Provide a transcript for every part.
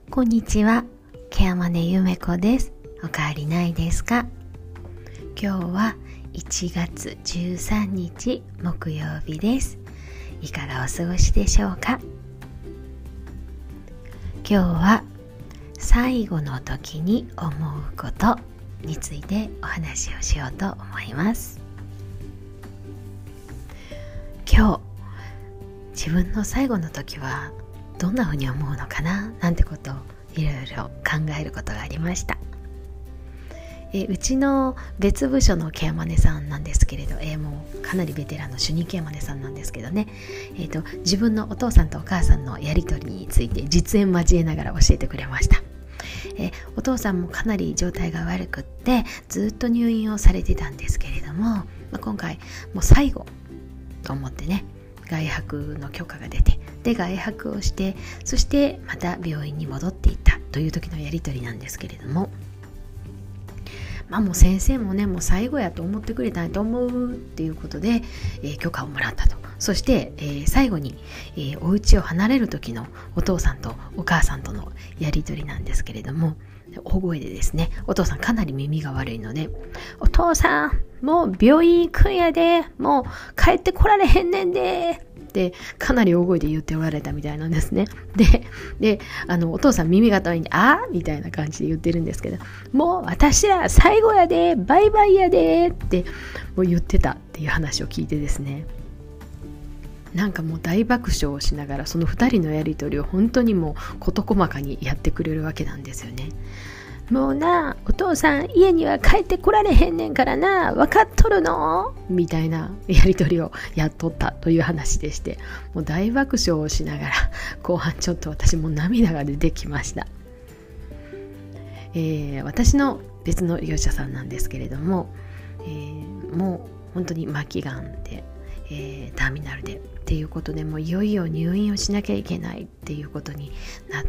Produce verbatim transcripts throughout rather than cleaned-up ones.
こんにちは、ケアマネゆめこです。おかわりないですか？今日はいちがつじゅうさんにち木曜日です。いかがお過ごしでしょうか？今日は最後の時に思うことについてお話をしようと思います。今日自分の最後の時はどんなふうに思うのかななんてことをいろいろ考えることがありました。えうちの別部署のケアマネさんなんですけれど、えもうかなりベテランの主任ケアマネさんなんですけどね、えーと、自分のお父さんとお母さんのやり取りについて実演交えながら教えてくれました。えお父さんもかなり状態が悪くってずっと入院をされてたんですけれども、まあ、今回もう最後と思ってね、外泊の許可が出て、で外泊をして、そしてまた病院に戻っていったという時のやり取りなんですけれども、まあもう先生もね、もう最後やと思ってくれたんやと思うっていうことで、えー、許可をもらったと。そして、えー、最後に、えー、お家を離れる時のお父さんとお母さんとのやり取りなんですけれども、大声でですね、お父さんかなり耳が悪いので、お父さんもう病院行くんやで、もう帰ってこられへんねんでってかなり大声で言っておられたみたいなんですね。で、であのお父さん耳が遠いんで、あーみたいな感じで言ってるんですけど、もう私ら最後やで、バイバイやでってもう言ってたっていう話を聞いてですね、なんかもう大爆笑をしながらそのふたりのやり取りを本当にもう事細かにやってくれるわけなんですよね。もうな、お父さん家には帰ってこられへんねんからな、分かっとるのみたいなやり取りをやっとったという話でして、もう大爆笑をしながら後半ちょっと私も涙が出てきました。えー、私の別の利用者さんなんですけれども、えー、もう本当に末期がんで、えー、ターミナルでっていうことで、もういよいよ入院をしなきゃいけないっていうことになって、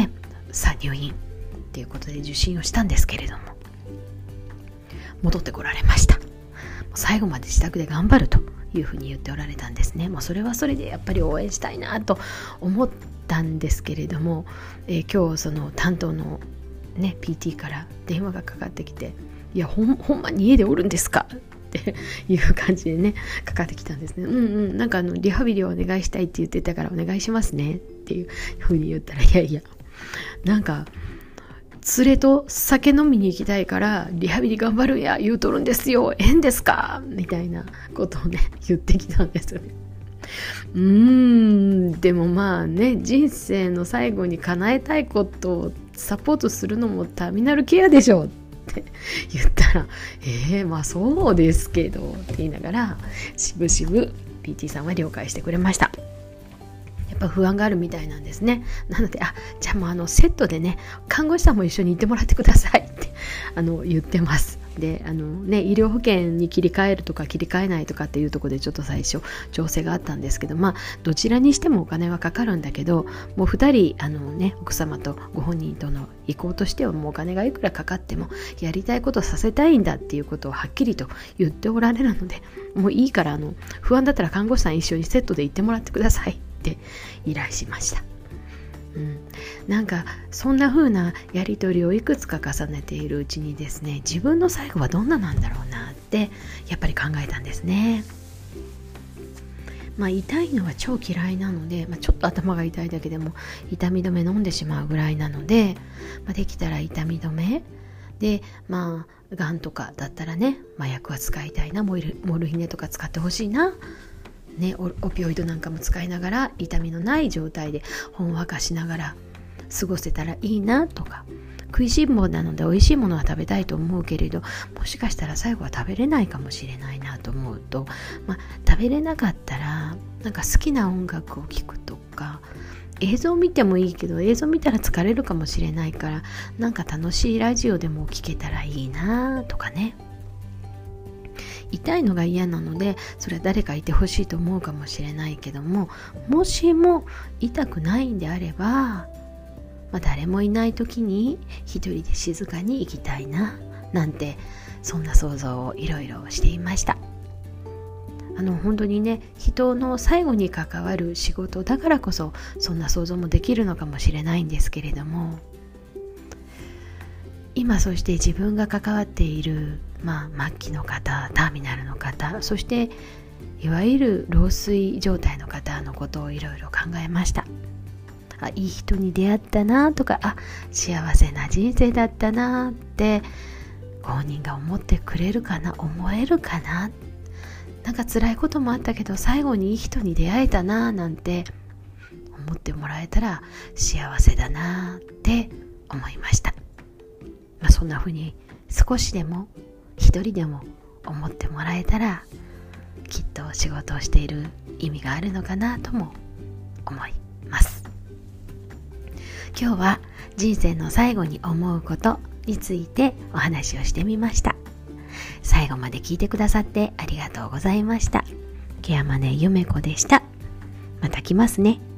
さあ入院っていうことで受診をしたんですけれども、戻ってこられました。最後まで自宅で頑張るというふうに言っておられたんですね。もうそれはそれでやっぱり応援したいなと思ったんですけれども、えー、今日その担当のね ピーティー から電話がかかってきて、いやほん、ほんまに家でおるんですかっていう感じでねかかってきたんですね。うんうんなんかあのリハビリをお願いしたいって言ってたからお願いしますねっていうふうに言ったら、いやいやなんか連れと酒飲みに行きたいからリハビリ頑張るんや言うとるんですよ、ええんですかみたいなことをね言ってきたんですよね。うーんでもまあね、人生の最後に叶えたいことをサポートするのもターミナルケアでしょって言ったら、えー、まあそうですけどって言いながら、しぶしぶ ピーティー さんは了解してくれました。やっぱ不安があるみたいなんですね。なので、あ、じゃあもうあのセットでね、看護師さんも一緒に行ってもらってくださいってあの言ってます。で、あのね、医療保険に切り替えるとか切り替えないとかっていうところでちょっと最初調整があったんですけど、まあどちらにしてもお金はかかるんだけど、もうふたりあのね、奥様とご本人との意向としては、もうお金がいくらかかってもやりたいことをさせたいんだっていうことをはっきりと言っておられるので、もういいからあの不安だったら看護師さん一緒にセットで行ってもらってくださいって依頼しました。うん、なんかそんな風なやり取りをいくつか重ねているうちにですね、自分の最後はどんななんだろうなってやっぱり考えたんですね。まあ痛いのは超嫌いなので、まあ、ちょっと頭が痛いだけでも痛み止め飲んでしまうぐらいなので、まあ、できたら痛み止めで、まあがんとかだったらね、麻薬は使いたいな、モル、モルヒネとか使ってほしいなね、オピオイドなんかも使いながら痛みのない状態でほんわかしながら過ごせたらいいなとか、食いしん坊なので美味しいものは食べたいと思うけれど、もしかしたら最後は食べれないかもしれないなと思うと、まあ、食べれなかったらなんか好きな音楽を聴くとか、映像見てもいいけど映像見たら疲れるかもしれないから、なんか楽しいラジオでも聴けたらいいなとかね。痛いのが嫌なのでそれは誰かいてほしいと思うかもしれないけども、もしも痛くないんであれば、まあ、誰もいない時に一人で静かに行きたいななんて、そんな想像をいろいろしていました。 あの本当にね、人の最後に関わる仕事だからこそそんな想像もできるのかもしれないんですけれども、今そして自分が関わっている、まあ、末期の方、ターミナルの方、そしていわゆる老衰状態の方のことをいろいろ考えました。あ、いい人に出会ったなとか、あ、幸せな人生だったなってご本人が思ってくれるかな、思えるかな、なんか辛いこともあったけど最後にいい人に出会えたななんて思ってもらえたら幸せだなって思いました。まあ、そんな風に少しでも一人でも思ってもらえたら、きっと仕事をしている意味があるのかなとも思います。今日は人生の最後に思うことについてお話をしてみました。最後まで聞いてくださってありがとうございました。ケアマネゆめこでした。また来ますね。